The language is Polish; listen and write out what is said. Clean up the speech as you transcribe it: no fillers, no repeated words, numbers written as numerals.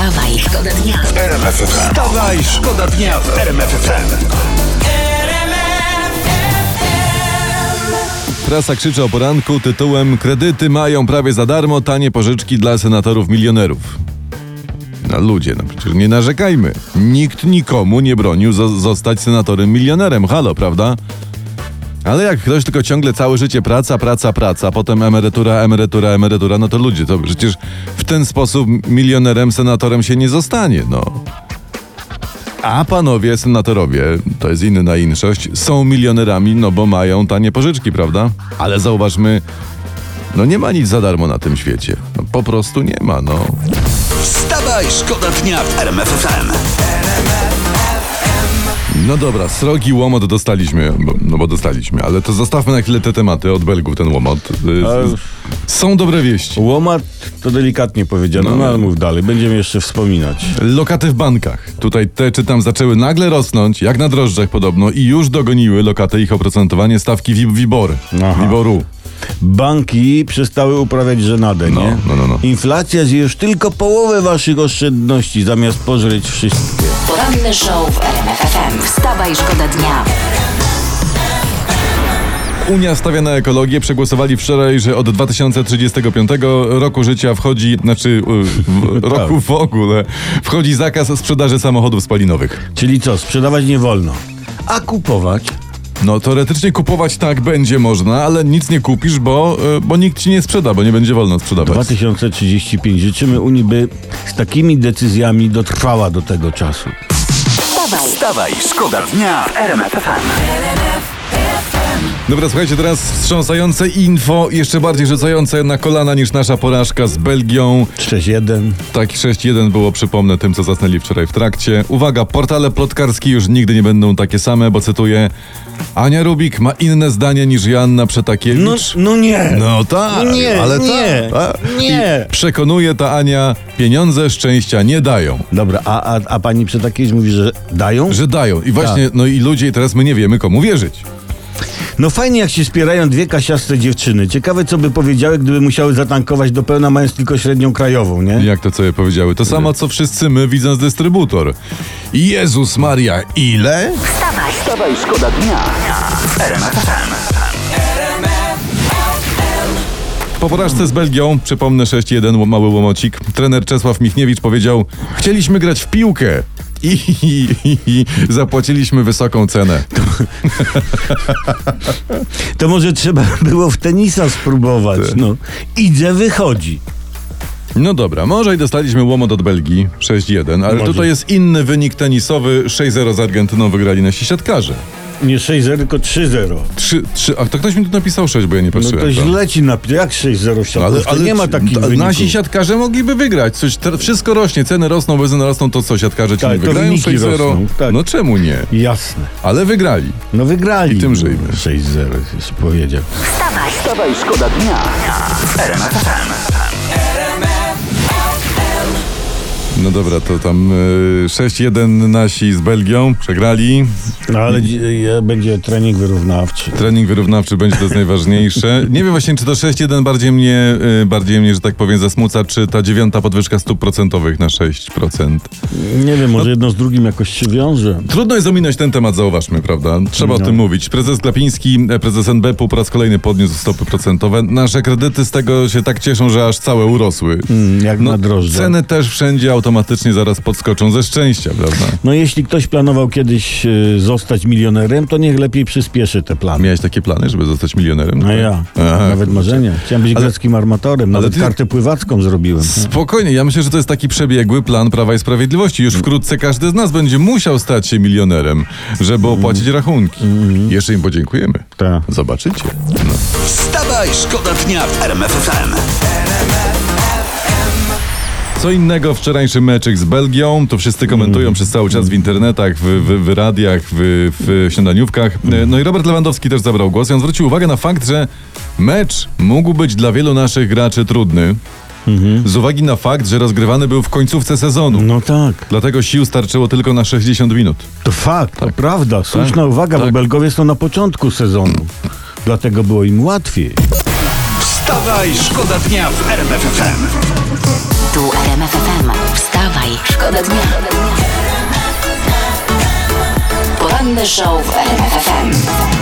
Wstawaj, szkoda dnia w RMF FM. Wstawaj, szkoda dnia w RMF FM. Prasa krzyczy o poranku tytułem kredyty mają prawie za darmo, tanie pożyczki dla senatorów milionerów. No ludzie, no przecież nie narzekajmy. Nikt nikomu nie bronił zostać senatorem milionerem. Halo, prawda? Ale jak ktoś tylko ciągle całe życie praca, potem emerytura, no to ludzie, to przecież w ten sposób milionerem, senatorem się nie zostanie, no. A panowie senatorowie, to jest inna inszość, są milionerami, no bo mają tanie pożyczki, prawda? Ale zauważmy, no nie ma nic za darmo na tym świecie. No, po prostu nie ma, no. Wstawaj, szkoda dnia w RMF FM. No dobra, srogi łomot dostaliśmy, bo dostaliśmy, ale to zostawmy na chwilę te tematy, od Belgów ten łomot. Są dobre wieści. Łomot to delikatnie powiedziano, no ale mów dalej, będziemy jeszcze wspominać. Lokaty w bankach. Tutaj te, czytam, zaczęły nagle rosnąć, jak na drożdżach podobno, i już dogoniły lokaty ich oprocentowanie stawki WIBOR-u. Banki przestały uprawiać żenadę, nie? No. Inflacja zje już tylko połowę waszych oszczędności, zamiast pożreć wszystkie. Poranny show w RMF FM. Wstawaj, szkoda dnia. Unia stawia na ekologię. Przegłosowali wczoraj, że od 2035 roku życia wchodzi, roku w ogóle, wchodzi zakaz sprzedaży samochodów spalinowych. Czyli co, sprzedawać nie wolno, a kupować? No teoretycznie kupować tak będzie można, ale nic nie kupisz, bo nikt ci nie sprzeda, bo nie będzie wolno sprzedawać. 2035. Życzymy Unii, by z takimi decyzjami dotrwała do tego czasu. Wstawaj, szkoda dnia w RMF FM. Dobra, słuchajcie, teraz wstrząsające info, jeszcze bardziej rzucające na kolana niż nasza porażka z Belgią. 6-1. Tak, 6-1 było, przypomnę, tym, co zasnęli wczoraj w trakcie. Uwaga, portale plotkarskie już nigdy nie będą takie same, bo cytuję: Ania Rubik ma inne zdanie niż Joanna Przetakiewicz. No nie. No tak, Nie, ale nie, tak. nie. I przekonuje ta Ania, pieniądze szczęścia nie dają. Dobra, a pani Przetakiewicz mówi, że dają? Że dają. I właśnie, no i ludzie, teraz my nie wiemy, komu wierzyć. No fajnie, jak się spierają dwie kasiaste dziewczyny. Ciekawe, co by powiedziały, gdyby musiały zatankować do pełna, mając tylko średnią krajową, nie? Jak to sobie powiedziały? To samo, co wszyscy my, widząc dystrybutor. Jezus Maria, ile? Wstawaj, szkoda dnia w RMF FM. Po porażce z Belgią, przypomnę 6-1, mały łomocik, trener Czesław Michniewicz powiedział: chcieliśmy grać w piłkę i zapłaciliśmy wysoką cenę. To może trzeba było w tenisa spróbować, no. Idzie, wychodzi. No dobra, może i dostaliśmy łomot od Belgii 6-1, ale Może. tutaj jest inny wynik tenisowy. 6-0 z Argentyną wygrali nasi siatkarze. Nie 6-0, tylko 3-0. 3, a to ktoś mi tu napisał 6, bo ja nie No patrzyłem. to źle ci napisał. Jak 6-0 w siatkówce? Ale nie ma takich wyników. nasi siatkarze mogliby wygrać. Wszystko rośnie, ceny rosną, benzyny rosną, to co, siatkarze ci Tak, nie to wygrają wyniki 6-0? rosną, tak. No czemu nie? Jasne. Ale wygrali. No wygrali. I tym żyjmy. 6-0, już powiedział. Wstawaj, szkoda dnia w RMF FM. No dobra, to tam 6-1 nasi z Belgią przegrali. No ale będzie trening wyrównawczy. Trening wyrównawczy będzie, to jest najważniejsze. Nie wiem właśnie, czy to 6-1 bardziej mnie, że tak powiem, zasmuca, czy ta 9. podwyżka stóp procentowych na 6%. Nie wiem, może jedno z drugim jakoś się wiąże. Trudno jest ominąć ten temat, zauważmy, prawda? Trzeba o tym mówić. Prezes Glapiński, prezes NBP-u po raz kolejny podniósł stopy procentowe. Nasze kredyty z tego się tak cieszą, że aż całe urosły. Jak na drożdżach. Ceny też wszędzie automatycznie zaraz podskoczą ze szczęścia, prawda? No jeśli ktoś planował kiedyś zostać milionerem, to niech lepiej przyspieszy te plany. Miałeś takie plany, żeby zostać milionerem? No ja. Aha, Nawet marzenia. Chciałem być greckim armatorem. Nawet kartę pływacką zrobiłem. Spokojnie, ja myślę, że to jest taki przebiegły plan Prawa i Sprawiedliwości. Już wkrótce każdy z nas będzie musiał stać się milionerem, żeby opłacić rachunki. Jeszcze im podziękujemy. Tak. Zobaczycie. No. Wstawaj, szkoda dnia w RMF FM. Co innego wczorajszy meczyk z Belgią, to wszyscy komentują przez cały czas w internetach, w radiach, w śniadaniówkach. No i Robert Lewandowski też zabrał głos i on zwrócił uwagę na fakt, że mecz mógł być dla wielu naszych graczy trudny. Z uwagi na fakt, że rozgrywany był w końcówce sezonu. No tak. Dlatego sił starczyło tylko na 60 minut. To fakt, to prawda. Słuszna uwaga, tak. bo Belgowie są na początku sezonu. Dlatego było im łatwiej. Wstawaj, szkoda dnia w RMF FM. Tu RMF FM. Wstawaj, szkoda dnia. Poranny show w RMF FM.